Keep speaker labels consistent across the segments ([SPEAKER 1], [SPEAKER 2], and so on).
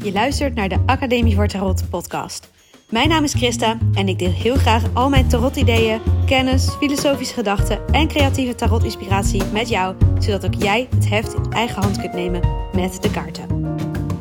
[SPEAKER 1] Je luistert naar de Academie voor Tarot podcast. Mijn naam is Christa en ik deel heel graag al mijn tarot-ideeën, kennis, filosofische gedachten en creatieve tarot-inspiratie met jou, zodat ook jij het heft in eigen hand kunt nemen met de kaarten.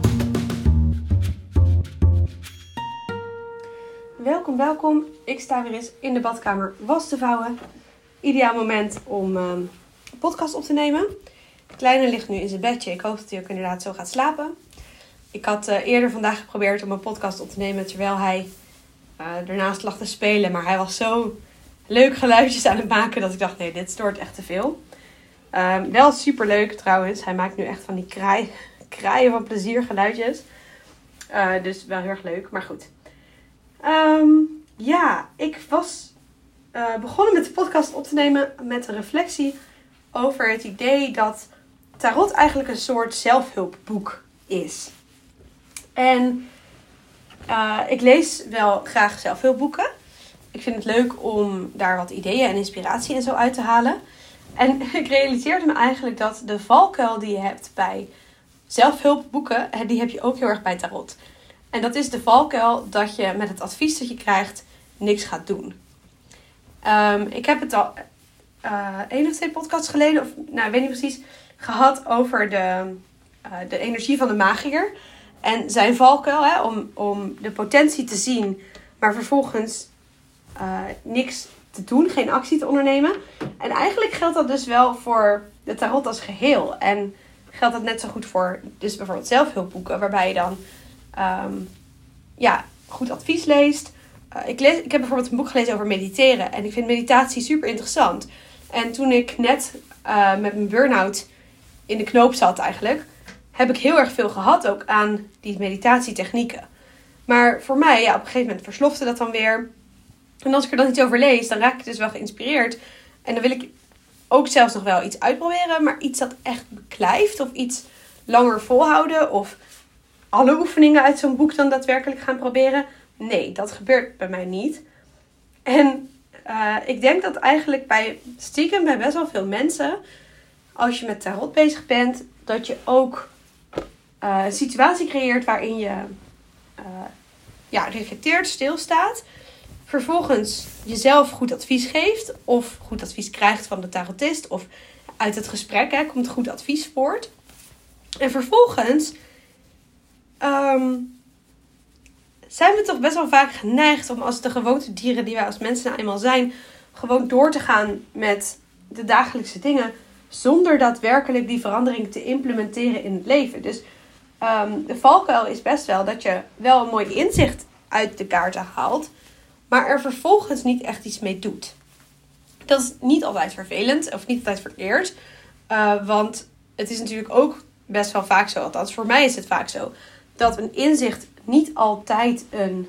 [SPEAKER 1] Welkom. Ik sta weer eens in de badkamer was te vouwen. Ideaal moment om een podcast op te nemen. De kleine ligt nu in zijn bedje. Ik hoop dat hij ook inderdaad zo gaat slapen. Ik had eerder vandaag geprobeerd om een podcast op te nemen terwijl hij ernaast lag te spelen. Maar hij was zo leuk geluidjes aan het maken dat ik dacht, nee, dit stoort echt te veel. Wel super leuk trouwens. Hij maakt nu echt van die kraaien van plezier geluidjes. Dus wel heel erg leuk, maar goed. Ik was begonnen met de podcast op te nemen met een reflectie over het idee dat tarot eigenlijk een soort zelfhulpboek is. En ik lees wel graag zelfhulpboeken. Ik vind het leuk om daar wat ideeën en inspiratie en zo uit te halen. En ik realiseerde me eigenlijk dat de valkuil die je hebt bij zelfhulpboeken, die heb je ook heel erg bij tarot. En dat is de valkuil dat je met het advies dat je krijgt niks gaat doen. Ik heb het al 1 of 2 podcasts geleden, of ik weet niet precies, gehad over de energie van de magier. En zijn valkuil, om de potentie te zien, maar vervolgens niks te doen, geen actie te ondernemen. En eigenlijk geldt dat dus wel voor de tarot als geheel. En geldt dat net zo goed voor dus bijvoorbeeld zelfhulpboeken, waarbij je dan goed advies leest. Ik heb bijvoorbeeld een boek gelezen over mediteren. En ik vind meditatie super interessant. En toen ik net met mijn burn-out in de knoop zat eigenlijk, heb ik heel erg veel gehad ook aan die meditatietechnieken. Maar voor mij, op een gegeven moment verslofte dat dan weer. En als ik er dan iets over lees, dan raak ik dus wel geïnspireerd. En dan wil ik ook zelfs nog wel iets uitproberen. Maar iets dat echt beklijft of iets langer volhouden of alle oefeningen uit zo'n boek dan daadwerkelijk gaan proberen. Nee, dat gebeurt bij mij niet. En ik denk dat eigenlijk bij best wel veel mensen, als je met tarot bezig bent, dat je ook een situatie creëert waarin je reflecteert, stilstaat. Vervolgens jezelf goed advies geeft of goed advies krijgt van de tarotist of uit het gesprek komt goed advies voort. En vervolgens zijn we toch best wel vaak geneigd om als de gewoontedieren die wij als mensen nou eenmaal zijn, gewoon door te gaan met de dagelijkse dingen, zonder daadwerkelijk die verandering te implementeren in het leven. Dus de valkuil is best wel dat je wel een mooi inzicht uit de kaarten haalt, maar er vervolgens niet echt iets mee doet. Dat is niet altijd vervelend of niet altijd vereerd, want het is natuurlijk ook best wel vaak zo, althans voor mij is het vaak zo, dat een inzicht niet altijd een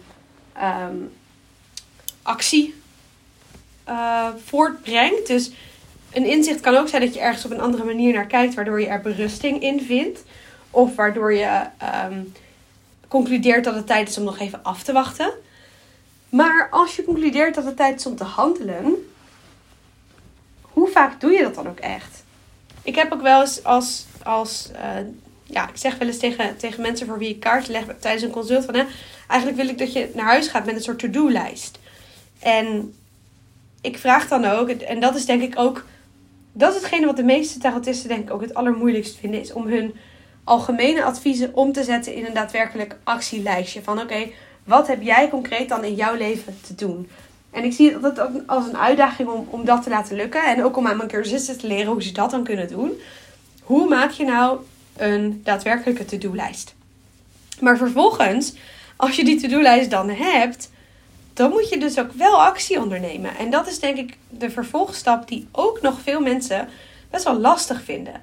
[SPEAKER 1] actie voortbrengt. Dus een inzicht kan ook zijn dat je ergens op een andere manier naar kijkt, waardoor je er berusting in vindt. Of waardoor je concludeert dat het tijd is om nog even af te wachten. Maar als je concludeert dat het tijd is om te handelen, hoe vaak doe je dat dan ook echt? Ik heb ook wel eens ik zeg wel eens tegen mensen voor wie ik kaarten leg tijdens een consult van, eigenlijk wil ik dat je naar huis gaat met een soort to-do-lijst. En ik vraag dan ook, en dat is denk ik ook, dat is hetgene wat de meeste tarotisten denk ik ook het allermoeilijkst vinden, is om hun algemene adviezen om te zetten in een daadwerkelijk actielijstje. Van oké, wat heb jij concreet dan in jouw leven te doen? En ik zie dat ook als een uitdaging om dat te laten lukken. En ook om aan mijn cursisten te leren hoe ze dat dan kunnen doen. Hoe maak je nou een daadwerkelijke to-do-lijst? Maar vervolgens, als je die to-do-lijst dan hebt, dan moet je dus ook wel actie ondernemen. En dat is denk ik de vervolgstap die ook nog veel mensen best wel lastig vinden.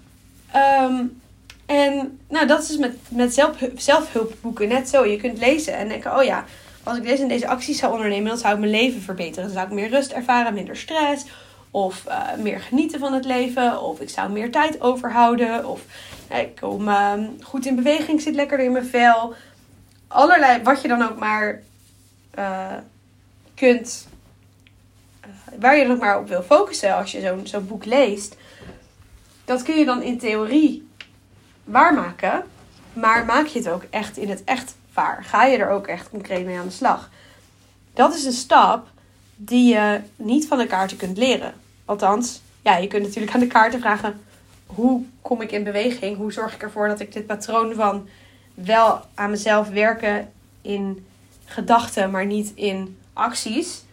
[SPEAKER 1] Dat is met zelfhulpboeken net zo. Je kunt lezen en denken, als ik deze en deze acties zou ondernemen, dan zou ik mijn leven verbeteren. Dan zou ik meer rust ervaren, minder stress. Of meer genieten van het leven. Of ik zou meer tijd overhouden. Of ik kom goed in beweging, zit lekker in mijn vel. Allerlei, wat je dan ook maar kunt, waar je dan ook maar op wil focussen als je zo'n boek leest. Dat kun je dan in theorie waarmaken. Maar maak je het ook echt in het echt waar? Ga je er ook echt concreet mee aan de slag? Dat is een stap die je niet van de kaarten kunt leren. Althans, ja, je kunt natuurlijk aan de kaarten vragen: hoe kom ik in beweging? Hoe zorg ik ervoor dat ik dit patroon van wel aan mezelf werken in gedachten, maar niet in acties?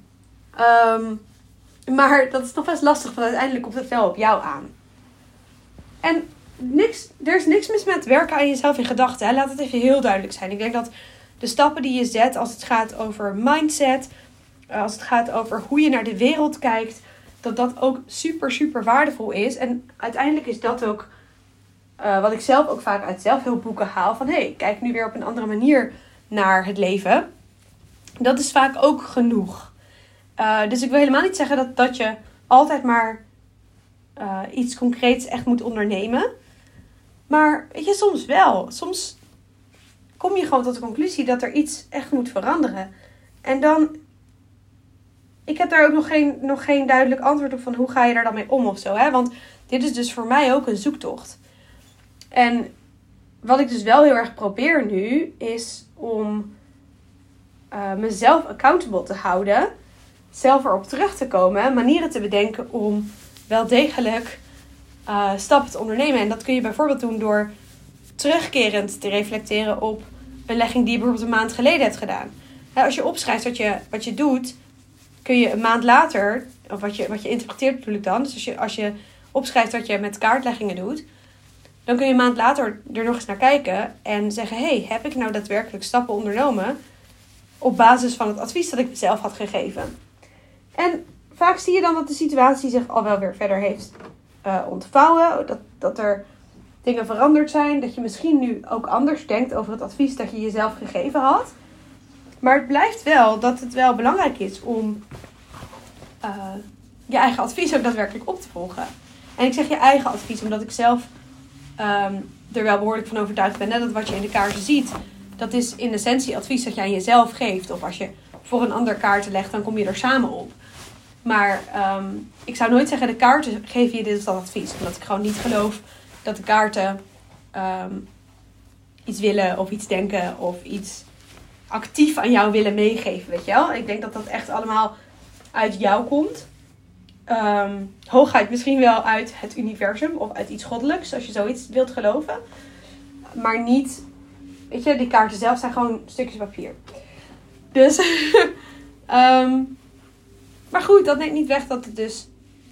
[SPEAKER 1] Maar dat is nog best lastig, want uiteindelijk komt het wel op jou aan. En er is niks mis met werken aan jezelf in gedachten. Hè? Laat het even heel duidelijk zijn. Ik denk dat de stappen die je zet als het gaat over mindset, als het gaat over hoe je naar de wereld kijkt, dat ook super, super waardevol is. En uiteindelijk is dat ook wat ik zelf ook vaak uit zelfhulpboeken haal. Van kijk nu weer op een andere manier naar het leven. Dat is vaak ook genoeg. Dus ik wil helemaal niet zeggen dat je altijd maar iets concreets echt moet ondernemen. Maar weet je, soms wel. Soms kom je gewoon tot de conclusie dat er iets echt moet veranderen. En dan, ik heb daar ook nog geen duidelijk antwoord op van hoe ga je daar dan mee om of zo. Hè? Want dit is dus voor mij ook een zoektocht. En wat ik dus wel heel erg probeer nu, is om mezelf accountable te houden. Zelf erop terug te komen. Manieren te bedenken om wel degelijk stappen te ondernemen. En dat kun je bijvoorbeeld doen door terugkerend te reflecteren op een legging die je bijvoorbeeld een maand geleden hebt gedaan. Als je opschrijft wat je doet, kun je een maand later, of wat je interpreteert bedoel ik dan. Dus als je opschrijft wat je met kaartleggingen doet, dan kun je een maand later er nog eens naar kijken en zeggen: heb ik nou daadwerkelijk stappen ondernomen op basis van het advies dat ik mezelf had gegeven? En vaak zie je dan dat de situatie zich al wel weer verder heeft ontvouwen. Dat er dingen veranderd zijn. Dat je misschien nu ook anders denkt over het advies dat je jezelf gegeven had. Maar het blijft wel dat het wel belangrijk is om je eigen advies ook daadwerkelijk op te volgen. En ik zeg je eigen advies omdat ik zelf er wel behoorlijk van overtuigd ben. Net dat wat je in de kaarten ziet, dat is in essentie advies dat je aan jezelf geeft. Of als je voor een ander kaarten legt, dan kom je er samen op. Maar ik zou nooit zeggen, de kaarten geven je dit of dat advies. Omdat ik gewoon niet geloof dat de kaarten iets willen of iets denken of iets actief aan jou willen meegeven, weet je wel. Ik denk dat dat echt allemaal uit jou komt. Hooguit misschien wel uit het universum of uit iets goddelijks, als je zoiets wilt geloven. Maar niet, weet je, die kaarten zelf zijn gewoon stukjes papier. Dus, maar goed, dat neemt niet weg dat het dus,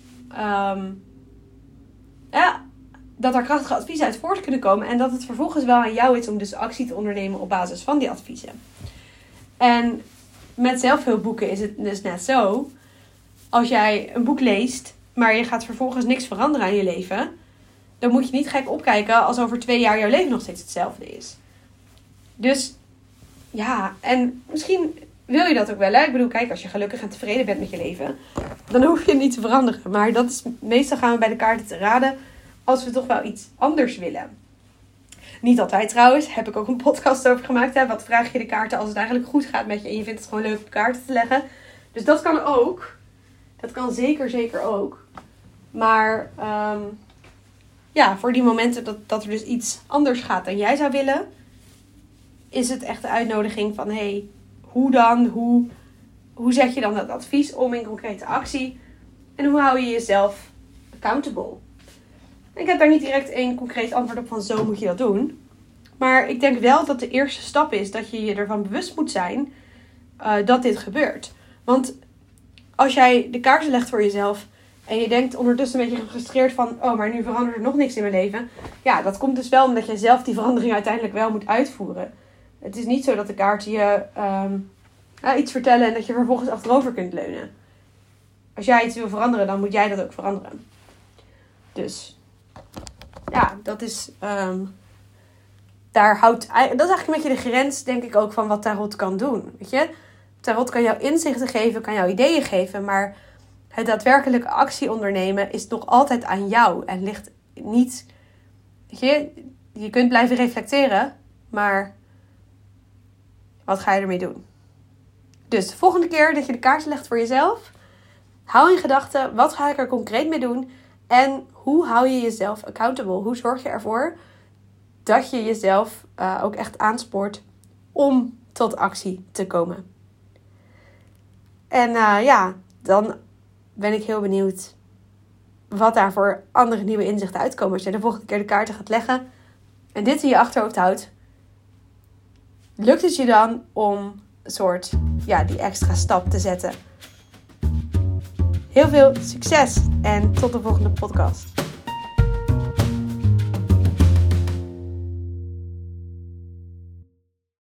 [SPEAKER 1] dat er krachtige adviezen uit voort kunnen komen. En dat het vervolgens wel aan jou is om dus actie te ondernemen op basis van die adviezen. En met zelfhulpboeken is het dus net zo. Als jij een boek leest, maar je gaat vervolgens niks veranderen aan je leven, dan moet je niet gek opkijken als over 2 jaar jouw leven nog steeds hetzelfde is. Dus ja, en misschien wil je dat ook wel. Hè? Ik bedoel, kijk, als je gelukkig en tevreden bent met je leven, dan hoef je het niet te veranderen. Maar dat is, meestal gaan we bij de kaarten te raden als we toch wel iets anders willen. Niet altijd trouwens, heb ik ook een podcast over gemaakt. Hè? Wat vraag je de kaarten als het eigenlijk goed gaat met je en je vindt het gewoon leuk op kaarten te leggen. Dus dat kan ook. Dat kan zeker ook. Maar voor die momenten dat er dus iets anders gaat dan jij zou willen, is het echt de uitnodiging van hoe dan? Hoe zet je dan dat advies om in concrete actie? En hoe hou je jezelf accountable? Ik heb daar niet direct één concreet antwoord op van zo moet je dat doen. Maar ik denk wel dat de eerste stap is dat je je ervan bewust moet zijn dat dit gebeurt. Want als jij de kaarten legt voor jezelf en je denkt ondertussen een beetje gefrustreerd van, maar nu verandert er nog niks in mijn leven. Ja, dat komt dus wel omdat jij zelf die verandering uiteindelijk wel moet uitvoeren. Het is niet zo dat de kaarten je iets vertellen en dat je vervolgens achterover kunt leunen. Als jij iets wil veranderen, dan moet jij dat ook veranderen. Dus ja, dat is dat is eigenlijk een beetje de grens, denk ik ook, van wat tarot kan doen. Weet je? Tarot kan jou inzichten geven, kan jou ideeën geven, maar het daadwerkelijke actie ondernemen is nog altijd aan jou en ligt niet. Weet je kunt blijven reflecteren, maar wat ga je ermee doen? Dus de volgende keer dat je de kaarten legt voor jezelf, hou in gedachten, wat ga ik er concreet mee doen? En hoe hou je jezelf accountable? Hoe zorg je ervoor dat je jezelf ook echt aanspoort om tot actie te komen. En dan ben ik heel benieuwd wat daar voor andere nieuwe inzichten uitkomen. Als je de volgende keer de kaarten gaat leggen en dit in je achterhoofd houdt, lukt het je dan om die extra stap te zetten? Heel veel succes en tot de volgende podcast.